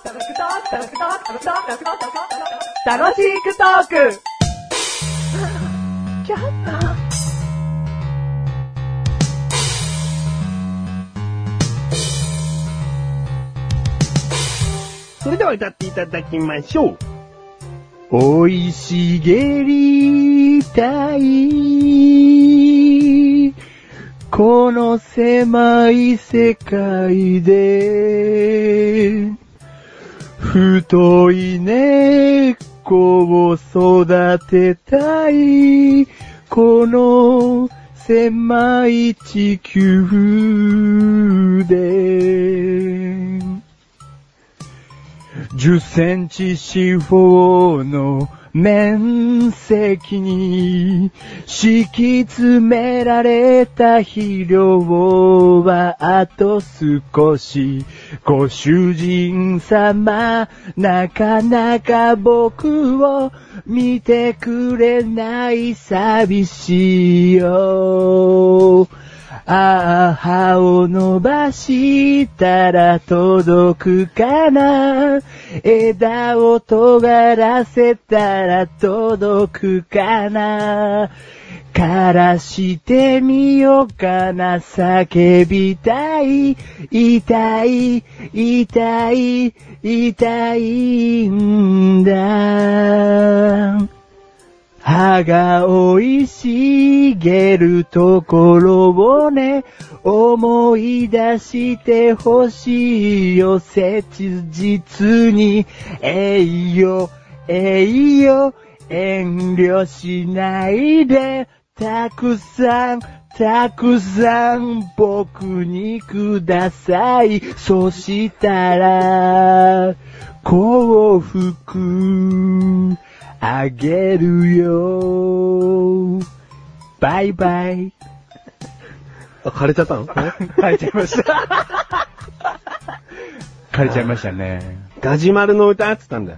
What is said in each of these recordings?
楽しくトーク。 それでは歌っていただきましょう。生い茂りたいこの狭い世界で太い根っこを育てたいこの狭い地球で10センチ四方の面積に敷き詰められた肥料はあと少しご主人様なかなか僕を見てくれない寂しいよああ、葉を伸ばしたら届くかな枝を尖らせたら届くかな枯らしてみようかな叫びたい痛い痛い痛いんだ葉が生い茂るところをね、思い出してほしいよ、切実に。えいよ、遠慮しないで、たくさん僕にください。そしたら、幸福。あげるよバイバイ。 枯れちゃったの？ 枯れちゃいました。枯れちゃいましたね。 ガジュマルの歌って言ったんだよ。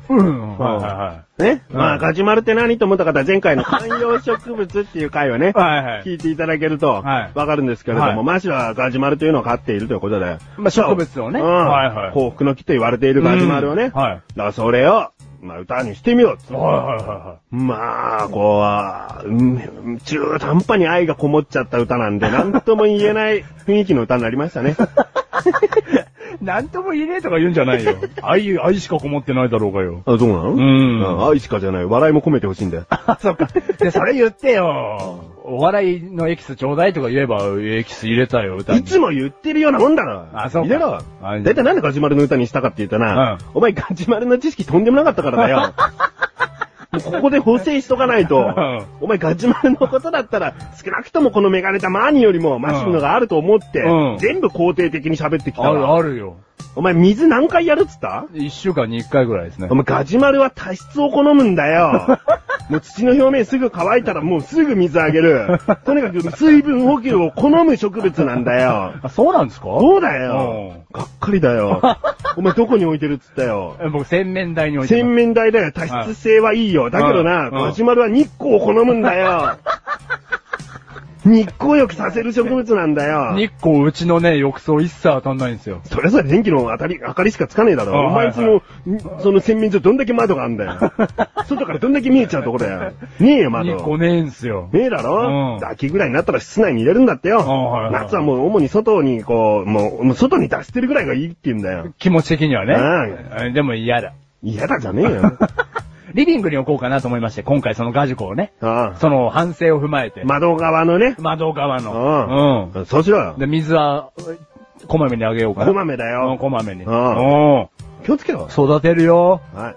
ね、まあ、ガジュマルって何と思った方は前回の観葉植物っていう回をね、聞いていただけるとわかるんですけれども、マシはガジュマルというのを飼っているということで、 まあ、植物をね、 幸福の木と言われているガジュマルをね、だからそれを、まあ、歌にしてみようって。まあ、こう、中途半端に愛がこもっちゃった歌なんで、なんとも言えない雰囲気の歌になりましたね。 なんとも言えねえとか言うんじゃないよ。愛しかこもってないだろうがよ。 あ、そうなの？愛しかじゃない。笑いも込めてほしいんだよ。 そっか。で、それ言ってよ。お笑いのエキスちょうだいとか言えば、エキス入れたよ、歌に。 いつも言ってるようなもんだろ。 あ、そうか。 入れろ。だいたいなんでガジュマルの歌にしたかって言ったら、お前ガジュマルの知識とんでもなかったからだよ。ここで補正しとかないと、お前ガジュマルのことだったら、少なくともこのメガネたマーニーよりもマシンのがあると思って、全部肯定的に喋ってきたわ。 あるよ。 お前水何回やるっつった？ 1 週間に1回ぐらいですね。 お前ガジュマルは多湿を好むんだよ。もう土の表面すぐ乾いたらもうすぐ水あげる。とにかく水分補給を好む植物なんだよ。 あ、そうなんですか？ そうだよ。がっかりだよ。お前どこに置いてるっつったよ。 僕洗面台に置いてる。 洗面台だよ。多湿性はいいよ。だけどな、ガジュマルは日光を好むんだよ。日光浴させる植物なんだよ。 日光うちのね、浴槽一切当たんないんですよ。 それぞれ電気の明かりしかつかねえだろ。お前その洗面所どんだけ窓があんだよ。外からどんだけ見えちゃうとこだよ。ねえよ、窓。 日光ねえんすよ。 ねえだろ？秋ぐらいになったら室内に入れるんだってよ。夏はもう主に外にもう外に出してるぐらいがいいって言うんだよ。 気持ち的にはね。でも嫌だ。 嫌だじゃねえよ。 リビングに置こうかなと思いまして、今回そのガジュコをね。その反省を踏まえて。 窓側のね。 窓側の。 そうしろよ。 で、水は、こまめにあげようかな。 こまめだよ。 こまめに。 気をつけろ。 育てるよ。 はい。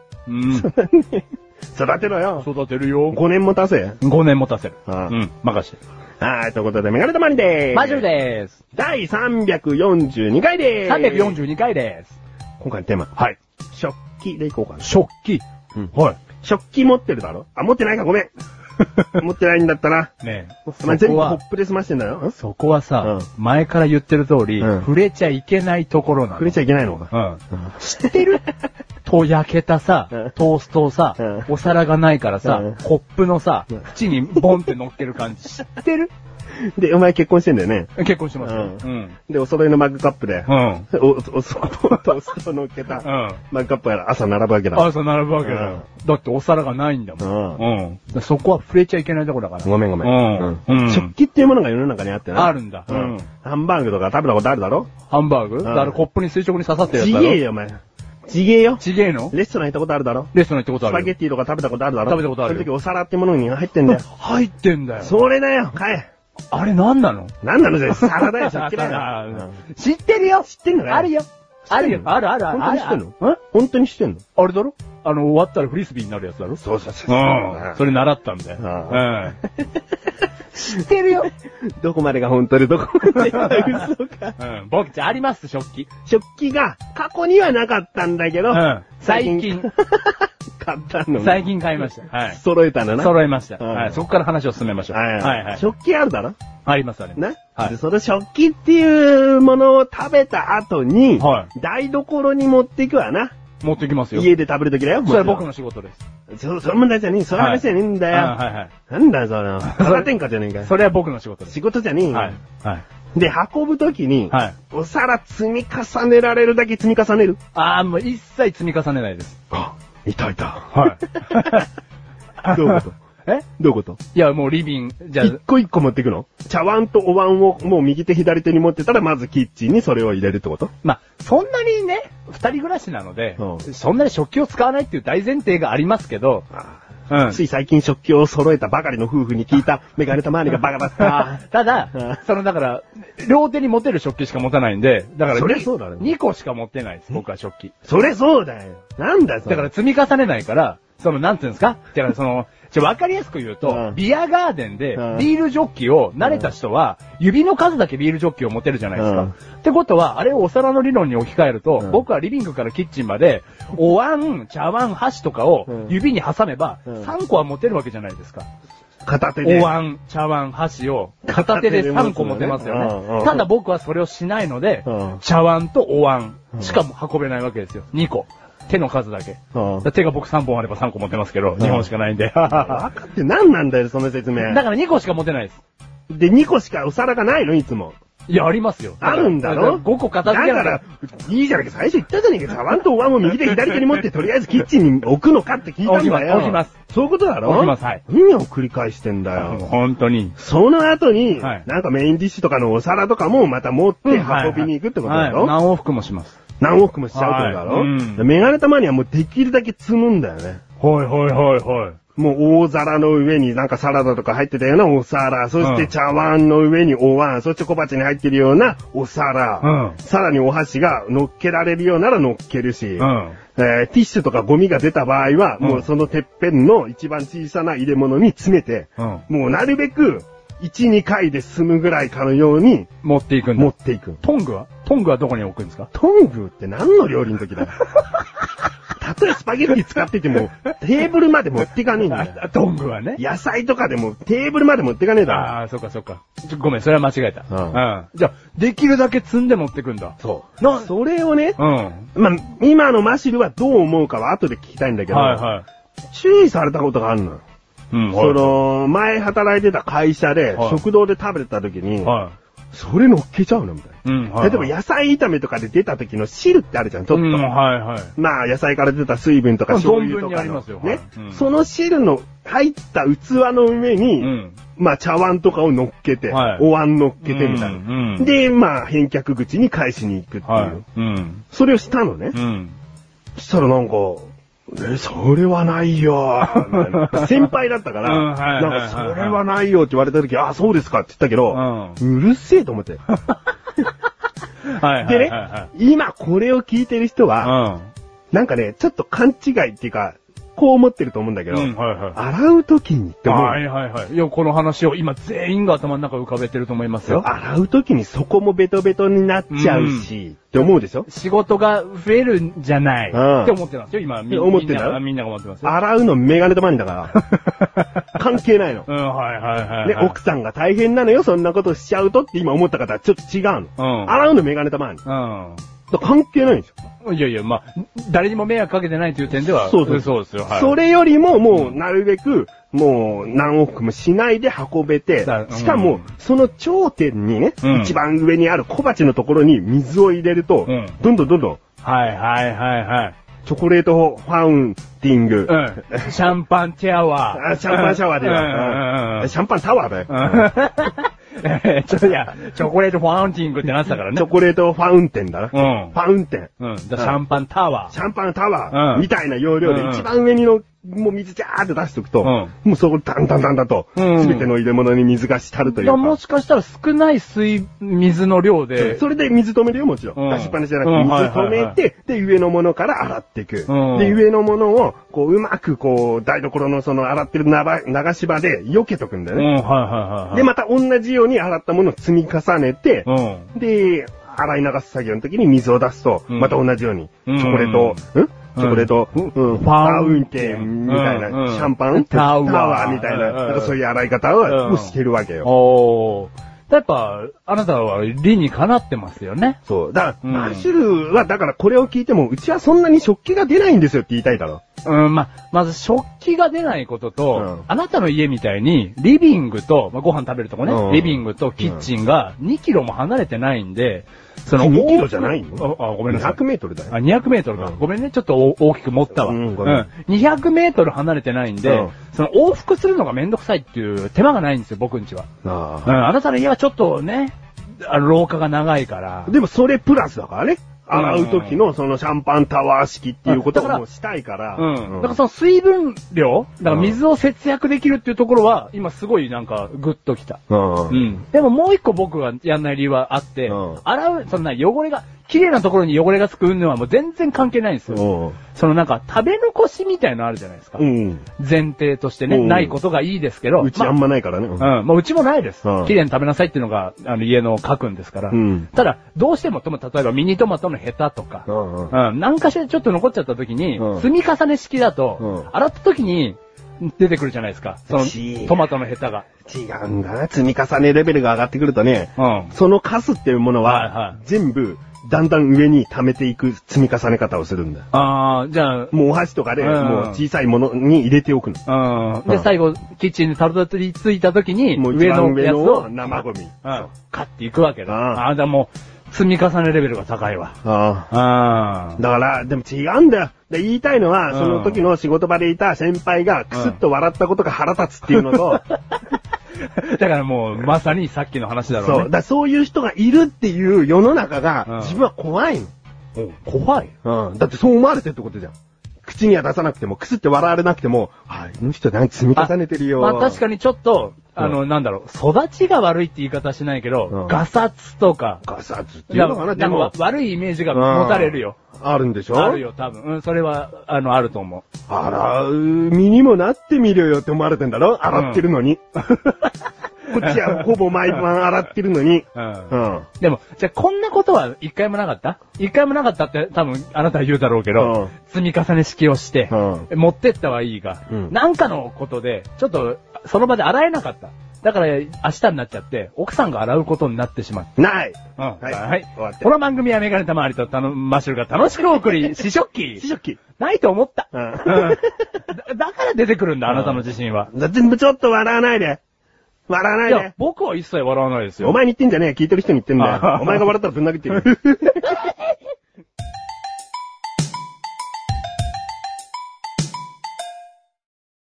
育てろよ。 育てるよ。 5年も経せ。 5年も経せる。任して。 はい、ということで、メガネたまりでーす。 マジュルでーす。 第342回でーす。 342回でーす。 今回のテーマ。 はい。 食器でいこうかな。 食器。 はい。食器持ってるだろ？あ、持ってないかごめん。持ってないんだったな。 ねえ。 全部コップで済ましてんだよ。 そこはさ、前から言ってる通り、触れちゃいけないところなの。 触れちゃいけないのか。 知ってる？と焼けたさ、トーストをさ、お皿がないからさ、コップのさ、縁にボンって乗っける感じ。知ってる？ で、お前結婚してんだよね。 結婚してますよ。 で、お揃いのマグカップで、お砂糖とお酢を乗っけた、マグカップやら朝並ぶわけだ。 朝並ぶわけだよ。だってお皿がないんだもん。そこは触れちゃいけないところだから。 ごめん。食器っていうものが世の中にあってな。 あるんだ。 ハンバーグとか食べたことあるだろ？ ハンバーグ？だからコップに垂直に刺さってるやつだろ？ ちげえよ、お前。ちげえよ。 ちげえの？ レストラン行ったことあるだろ？ レストラン行ったことある。 スパゲッティとか食べたことあるだろ？ 食べたことある。 その時お皿ってものに入ってんだよ。 入ってんだよ。 それだよ、買え。 あれなんなの？ なんなのじゃ、皿だよ、食器だよ。 知ってるよ。 知ってんのかよ。 あるよ。あるよ。ある。 本当に知ってんの？本当に知ってんの？ あれだろ？終わったらフリスビーになるやつだろ？ そう。 それ習ったんだよ。知ってるよ。 どこまでが本当でどこまでが嘘か。 僕じゃあります、食器。 食器が過去にはなかったんだけど、 最近。 買ったの。 最近買いました。はい。 揃えたのな。 揃えました。はい。そこから話を進めましょう。 はい。食器あるだろ？ あります。 な？はい。その食器っていうものを食べた後に、台所に持っていくわな。 持ってきますよ。 家で食べるときだよ。 それは僕の仕事です。 その問題じゃねえ。それ話じゃねえんだよ。なんだよ、その。空転下じゃねえか。 それは僕の仕事です。 仕事じゃねえよ。 はい。 で、運ぶときに、お皿積み重ねられるだけ積み重ねる。 もう一切積み重ねないです。 いた。 はい。 どういうこと？どういうこと？ いや、もうリビング、じゃあ。 一個一個持っていくの？茶碗とお椀をもう右手左手に持ってたら、まずキッチンにそれを入れるってこと？ まあ、そんなにね、二人暮らしなので、そんなに食器を使わないっていう大前提がありますけど、 つい最近食器を揃えたばかりの夫婦に聞いたメガネた周りがバカだった。 ただ、だから、両手に持てる食器しか持たないんで、だから、 それそうだね。 2個しか持ってないです、僕は食器。 それそうだよ。なんだよ、それ。 だから積み重ねないから、なんていうんですか？だからわかりやすく言うと、ビアガーデンでビールジョッキを慣れた人は、指の数だけビールジョッキを持てるじゃないですか。ってことは、あれをお皿の理論に置き換えると、僕はリビングからキッチンまで、お椀、茶碗、箸とかを指に挟めば、3個は持てるわけじゃないですか。 片手で。 お椀、茶碗、箸を片手で3個持てますよね。ただ僕はそれをしないので、茶碗とお椀しかも運べないわけですよ。2個。手の数だけ。手が僕3本あれば3個持てますけど、2本しかないんで。 分かって何なんだよ、その説明。 だから2個しか持てないです。 で、2個しかお皿がないのいつも。 いや、ありますよ。 あるんだろ ?5 個片付けだから、いいじゃないか、最初言ったじゃねえか。茶碗とお椀を右手左手に持って、とりあえずキッチンに置くのかって聞いたんだよ。 置きます。 そういうことだろ？ 置きます、はい。 何を繰り返してんだよ。 本当に。 その後に、なんかメインディッシュとかのお皿とかもまた持って運びに行くってことだろ？ 何往復もします。 何往復もしちゃうってことだろ？メガネたまにはもうできるだけ積むんだよね。 はい。 もう大皿の上になんかサラダとか入ってたようなお皿、そして茶碗の上にお椀、そして小鉢に入ってるようなお皿、さらにお箸が乗っけられるようなら乗っけるし、ティッシュとかゴミが出た場合は、もうそのてっぺんの一番小さな入れ物に詰めて、もうなるべく1、2回で済むぐらいかのように持っていくんだ。トングはどこに置くんですか？ トングって何の料理の時だよ。たとえスパゲッティ使ってても、テーブルまで持っていかねえんだよ。 トングはね。 野菜とかでもテーブルまで持っていかねえだろ。 ああ、そっか。ごめん、それは間違えた。じゃあ、できるだけ積んで持ってくんだ。 そう。それをね、まあ、今のマシルはどう思うかは後で聞きたいんだけど、注意されたことがあるの。前働いてた会社で、食堂で食べた時に、それ乗っけちゃうのみたいな。例えば野菜炒めとかで出た時の汁ってあるじゃん、ちょっと。まあ野菜から出た水分とか醤油とかの。ね。その汁の入った器の上に、まあ茶碗とかを乗っけて、お椀乗っけてみたいな。で、まあ返却口に返しに行くっていう。それをしたのね。そしたらなんか、それはないよ。先輩だったから、なんかそれはないよって言われた時、あ、そうですかって言ったけど、うるせえと思って。でね、今これを聞いてる人は、なんかね、ちょっと勘違いっていうか、こう思ってると思うんだけど、洗う時にって思う。 いや、この話を今全員が頭の中浮かべてると思いますよ。 洗う時にそこもベトベトになっちゃうし、って思うでしょ？ 仕事が増えるんじゃないって思ってますよ、今。 思ってるみんなが思ってますよ。 洗うのメガネとマニだから。関係ないの。ね、奥さんが大変なのよ、そんなことしちゃうとって今思った方はちょっと違うの。洗うのメガネとマニ。関係ないんですよ。 いや、まあ、誰にも迷惑かけてないという点では、そうですよ。 それよりももう、なるべく、 もう何往復もしないで運べて、しかも、その頂点にね、一番上にある小鉢のところに水を入れると、どんどん、 はいはいはいはい。 チョコレートファウンティング。 シャンパンシャワー。 シャンパンシャワーでよ。シャンパンタワーだよ。 チョコレートファウンティングってなってたからね。 チョコレートファウンテンだな。ファウンテン。 シャンパンタワー。 シャンパンタワー。みたいな要領で一番上にの、もう水ジャーって出しとくと、もうそこダンダンと、すべての入れ物に水が浸るというか。 もしかしたら少ない水の量で。 それで水止めるよ、もちろん。出しっぱなしじゃなくて水止めて、で、上のものから洗っていく。で、上のものを、こう、うまくこう、台所のその洗ってる流し場で避けとくんだよね。で、また同じように洗ったものを積み重ねて、で、洗い流す作業の時に水を出すと、また同じように、チョコレート、ファウンテンみたいな、シャンパンタワーみたいな、そういう洗い方をしてるわけよ。 やっぱ、あなたは理にかなってますよね。 そう。だから、マッシュルは、だからこれを聞いても、うちはそんなに食器が出ないんですよって言いたいだろ。 まず食器が出ないことと、あなたの家みたいに、リビングと、ご飯食べるとこね、リビングとキッチンが2キロも離れてないんで、 その2キロじゃないの？ ごめんなさい。 200メートルだよ。 200メートルか。ごめんね、ちょっと大きく持ったわ。200メートル離れてないんで、その往復するのがめんどくさいっていう手間がないんですよ、僕んちは。あなたの家はちょっとね、廊下が長いから。 でもそれプラスだからね。洗う時のそのシャンパンタワー式っていうことをもうしたいから。 だからその水分量、だから水を節約できるっていうところは、今すごいなんかグッときた。でももう一個僕がやんない理由はあって、そんな汚れが、綺麗なところに汚れがつくのはもう全然関係ないんですよ。そのなんか食べ残しみたいのあるじゃないですか。前提としてね、ないことがいいですけど。 うちあんまないからね。 もううちもないです。綺麗に食べなさいっていうのが、家の書くんですから。ただ、どうしても、例えばミニトマトのヘタとか、何かしらちょっと残っちゃった時に、積み重ね式だと、洗った時に、出てくるじゃないですか。そのトマトのヘタが。 違うんだな。積み重ねレベルが上がってくるとね、そのカスっていうものは、全部、だんだん上に溜めていく積み重ね方をするんだ。 じゃあ。 もうお箸とかで、もう小さいものに入れておくの。 で、最後、キッチンにたどり着いた時に、上のやつを生ゴミ。 買っていくわけだ。でも、積み重ねレベルが高いわ。 だから、でも違うんだよ。言いたいのは、その時の仕事場でいた先輩がクスッと笑ったことが腹立つっていうのと、 だからもう、まさにさっきの話だろうね。 そういう人がいるっていう世の中が、自分は怖いの。 怖い？ だってそう思われてるってことじゃん。口には出さなくても、くすって笑われなくても、あの人何積み重ねてるよ。 確かにちょっと、なんだろう、育ちが悪いって言い方しないけど、ガサツとか。 ガサツっていうのかな、でも。 悪いイメージが持たれるよ。 あるんでしょ？ あるよ、多分。それは、あると思う。 洗う身にもなってみるよって思われてんだろ？洗ってるのに。こっちはほぼ毎晩洗ってるのに。 でも、じゃあこんなことは一回もなかった？一回もなかったって多分あなたは言うだろうけど、積み重ね式をして、持ってったはいいが、なんかのことで、ちょっとその場で洗えなかった。だから明日になっちゃって、奥さんが洗うことになってしまった。 ない。 はい。この番組はメガネたまわりとマッシュルが楽しくお送り、試食機。ないと思った。だから出てくるんだ、あなたの自信は。 全部ちょっと笑わないで。笑わないで。いや、 僕は一切笑わないですよ。 お前に言ってんじゃねえ。聞いてる人に言ってんだよ。お前が笑ったらぶん殴ってる。